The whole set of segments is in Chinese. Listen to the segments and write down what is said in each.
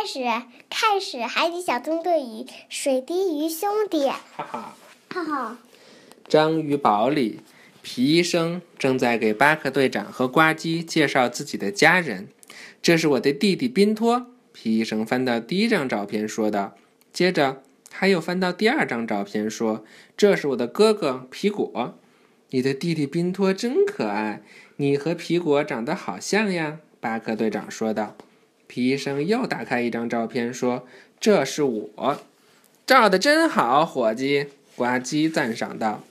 开始海底小纵队与水滴鱼兄弟。 哈哈哈哈。 章鱼堡里，皮医生正在给巴克队长和呱唧介绍自己的家人。这是我的弟弟宾托。皮医生翻到第一张照片说道，接着他又翻到第二张照片说，这是我的哥哥皮果。你的弟弟宾托真可爱，你和皮果长得好像呀，巴克队长说道。皮医生又打开一张照片说，这是我。照得真好，伙计，呱唧赞赏道。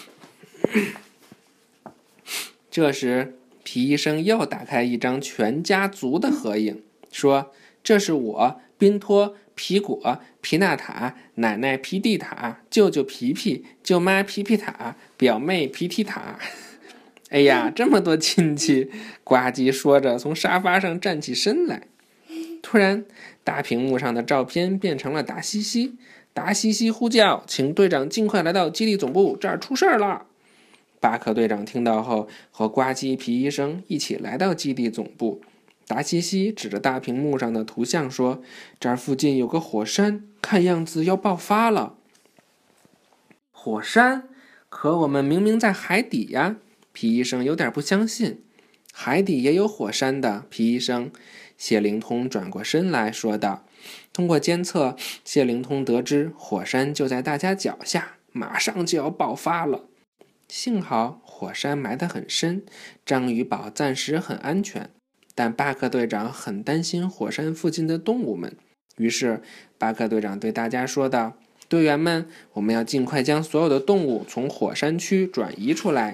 这时皮医生又打开一张全家族的合影，说，这是我，宾托，皮果，皮纳塔，奶奶皮蒂塔，舅舅皮皮，舅妈皮皮塔，表妹皮提塔。哎呀，这么多亲戚，呱唧说着从沙发上站起身来。突然大屏幕上的照片变成了达西西，达西西呼叫，请队长尽快来到基地总部，这儿出事了。巴克队长听到后和呱唧皮医生一起来到基地总部。达西西指着大屏幕上的图像说，这儿附近有个火山，看样子要爆发了。火山？可我们明明在海底呀，皮医生有点不相信。海底也有火山的，皮医生。谢灵通转过身来说道，通过监测，谢灵通得知火山就在大家脚下，马上就要爆发了。幸好火山埋得很深，章鱼堡暂时很安全，但巴克队长很担心火山附近的动物们。于是巴克队长对大家说道，队员们，我们要尽快将所有的动物从火山区转移出来。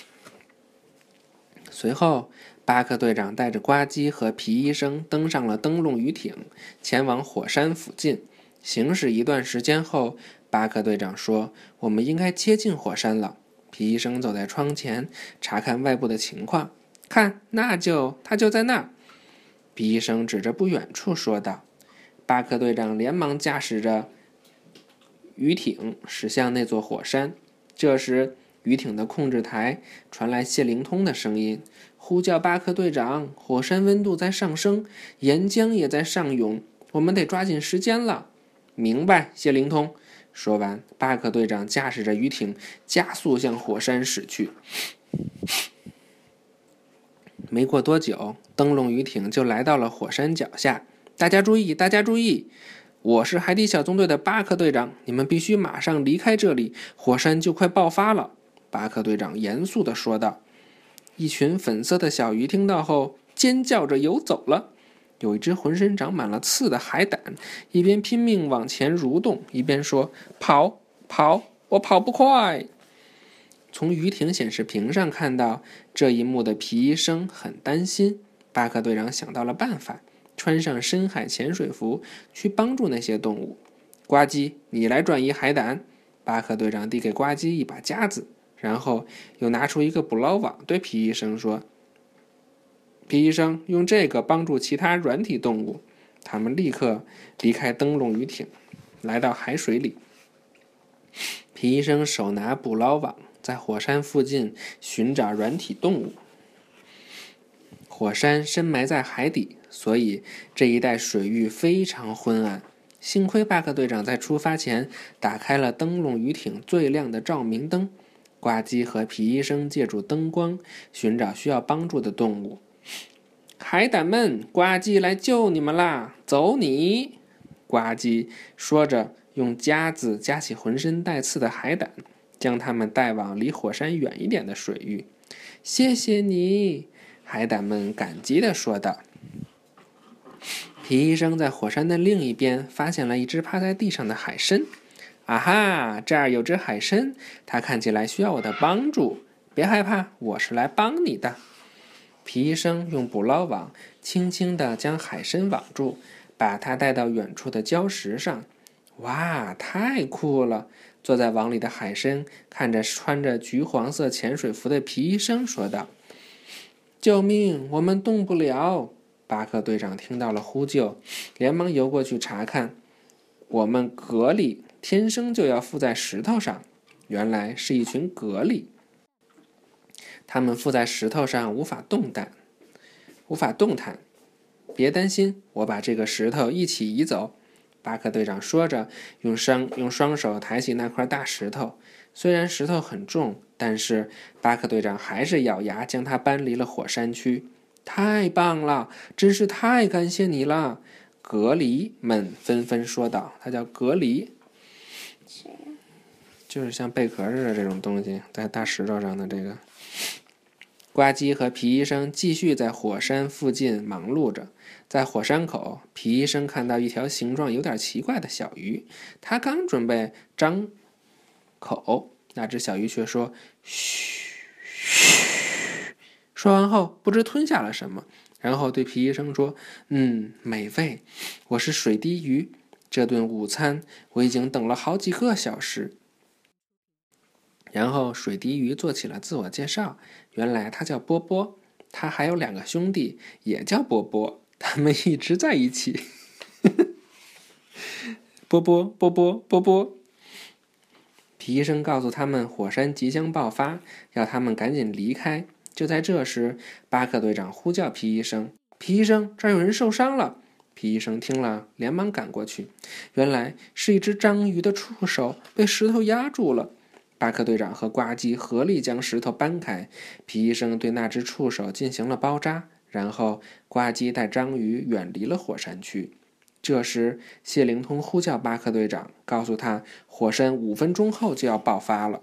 随后巴克队长带着呱唧和皮医生登上了灯笼鱼艇，前往火山附近。行驶一段时间后，巴克队长说，我们应该接近火山了。皮医生走在窗前查看外部的情况，看，他就在那儿。皮医生指着不远处说道。巴克队长连忙驾驶着鱼艇驶向那座火山。这时鱼艇的控制台传来谢灵通的声音，呼叫巴克队长，火山温度在上升，岩浆也在上涌，我们得抓紧时间了。明白，谢灵通。说完，巴克队长驾驶着鱼艇加速向火山驶去。没过多久，灯笼鱼艇就来到了火山脚下。大家注意，大家注意！我是海底小纵队的巴克队长，你们必须马上离开这里，火山就快爆发了。巴克队长严肃地说道。一群粉色的小鱼听到后，尖叫着游走了。有一只浑身长满了刺的海胆，一边拼命往前蠕动，一边说，跑，我跑不快。从鱼艇显示屏上看到这一幕的皮医生很担心。巴克队长想到了办法，穿上深海潜水服去帮助那些动物。呱唧，你来转移海胆。巴克队长递给呱唧一把夹子，然后又拿出一个捕捞网，对皮医生说，皮医生用这个帮助其他软体动物。他们立刻离开灯笼鱼艇，来到海水里。皮医生手拿捕捞网，在火山附近寻找软体动物。火山深埋在海底，所以这一带水域非常昏暗。幸亏巴克队长在出发前打开了灯笼鱼艇最亮的照明灯。呱唧和皮医生借助灯光寻找需要帮助的动物。海胆们，呱唧来救你们啦！走你！呱唧说着，用夹子夹起浑身带刺的海胆，将它们带往离火山远一点的水域。谢谢你，海胆们感激地说道。皮医生在火山的另一边发现了一只趴在地上的海参。啊哈，这儿有只海参，它看起来需要我的帮助。别害怕，我是来帮你的。皮医生用捕捞网轻轻地将海参网住，把它带到远处的礁石上。哇，太酷了！坐在网里的海参看着穿着橘黄色潜水服的皮医生说道。救命，我们动不了！巴克队长听到了呼救，连忙游过去查看。我们蛤蜊天生就要附在石头上，原来是一群蛤蜊。它们附在石头上无法动弹。 别担心，我把这个石头一起移走。巴克队长说着，用双手抬起那块大石头。虽然石头很重，但是巴克队长还是咬牙将它搬离了火山区。太棒了，真是太感谢你了！格里们纷纷说道。他叫格里，就是像贝壳似的这种东西，在大石头上的这个。呱唧和皮医生继续在火山附近忙碌着。在火山口，皮医生看到一条形状有点奇怪的小鱼，他刚准备张口，那只小鱼却说：“嘘，嘘。”说完后，不知吞下了什么，然后对皮医生说：“美味，我是水滴鱼，这顿午餐我已经等了好几个小时。”然后水滴鱼做起了自我介绍，原来他叫波波，他还有2个兄弟，也叫波波，他们一直在一起。波波波波波波。皮医生告诉他们，火山即将爆发，要他们赶紧离开。就在这时，巴克队长呼叫皮医生：“皮医生，这儿有人受伤了！”皮医生听了，连忙赶过去，原来是一只章鱼的触手被石头压住了。巴克队长和呱唧合力将石头搬开，皮医生对那只触手进行了包扎，然后呱唧带章鱼远离了火山区。这时，谢灵通呼叫巴克队长，告诉他火山5分钟后就要爆发了。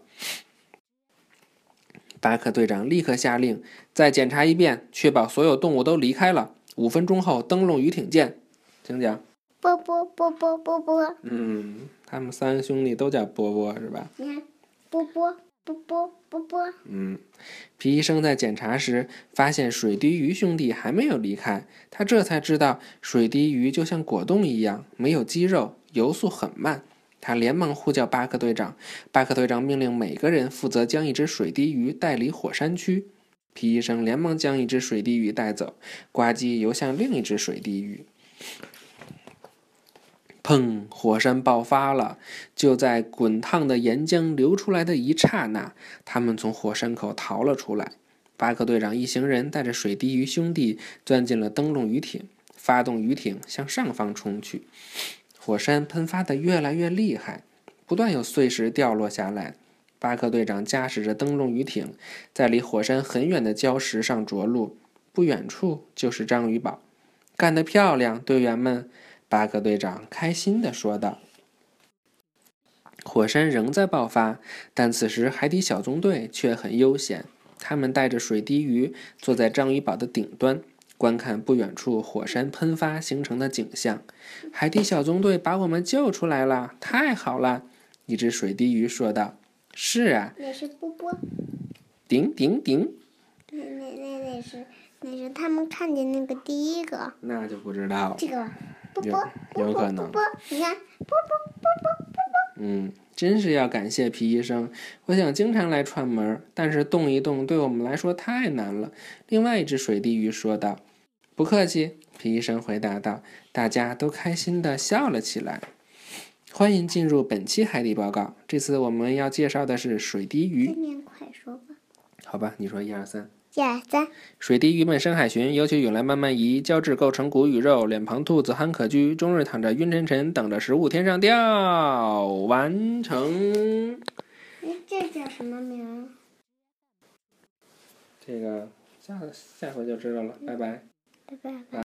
巴克队长立刻下令，再检查一遍，确保所有动物都离开了。5分钟后登陆鱼艇见。请讲。 波波波波波波。 他们3个兄弟都叫波波是吧？ 你看，波波波波波波。 皮医生在检查时发现水滴鱼兄弟还没有离开，他这才知道水滴鱼就像果冻一样，没有肌肉，游速很慢。他连忙呼叫巴克队长，巴克队长命令每个人负责将一只水滴鱼带离火山区。皮医生连忙将一只水滴鱼带走，呱唧游向另一只水滴鱼。砰！火山爆发了！就在滚烫的岩浆流出来的一刹那，他们从火山口逃了出来。巴克队长一行人带着水滴鱼兄弟钻进了灯笼鱼艇，发动鱼艇向上方冲去。火山喷发得越来越厉害，不断有碎石掉落下来。巴克队长驾驶着灯笼鱼艇，在离火山很远的礁石上着陆，不远处就是章鱼堡。干得漂亮，队员们！巴克队长开心地说道。火山仍在爆发，但此时海底小纵队却很悠闲。他们带着水滴鱼坐在章鱼堡的顶端，观看不远处火山喷发形成的景象。海底小纵队把我们救出来了，太好了！一只水滴鱼说道。是啊， 那是波波。 顶顶顶。 那是他们看见那个第一个。 那就不知道了。 这个波波有可能。 波波，你看，波波波波波波。 真是要感谢皮医生，我想经常来串门，但是动一动对我们来说太难了。另外一只水滴鱼说道。不客气，皮医生回答道。大家都开心地笑了起来。欢迎进入本期海底报告，这次我们要介绍的是水滴鱼。 快说吧。 好吧，你说1、2、3。 1、2、3。 水滴鱼们深海巡，尤其涌来慢慢移，胶质构成骨与肉，脸庞兔子憨可掬，终日躺着晕沉沉，等着食物天上掉。完成。 这叫什么名？ 这个下回就知道了，拜拜。 拜拜。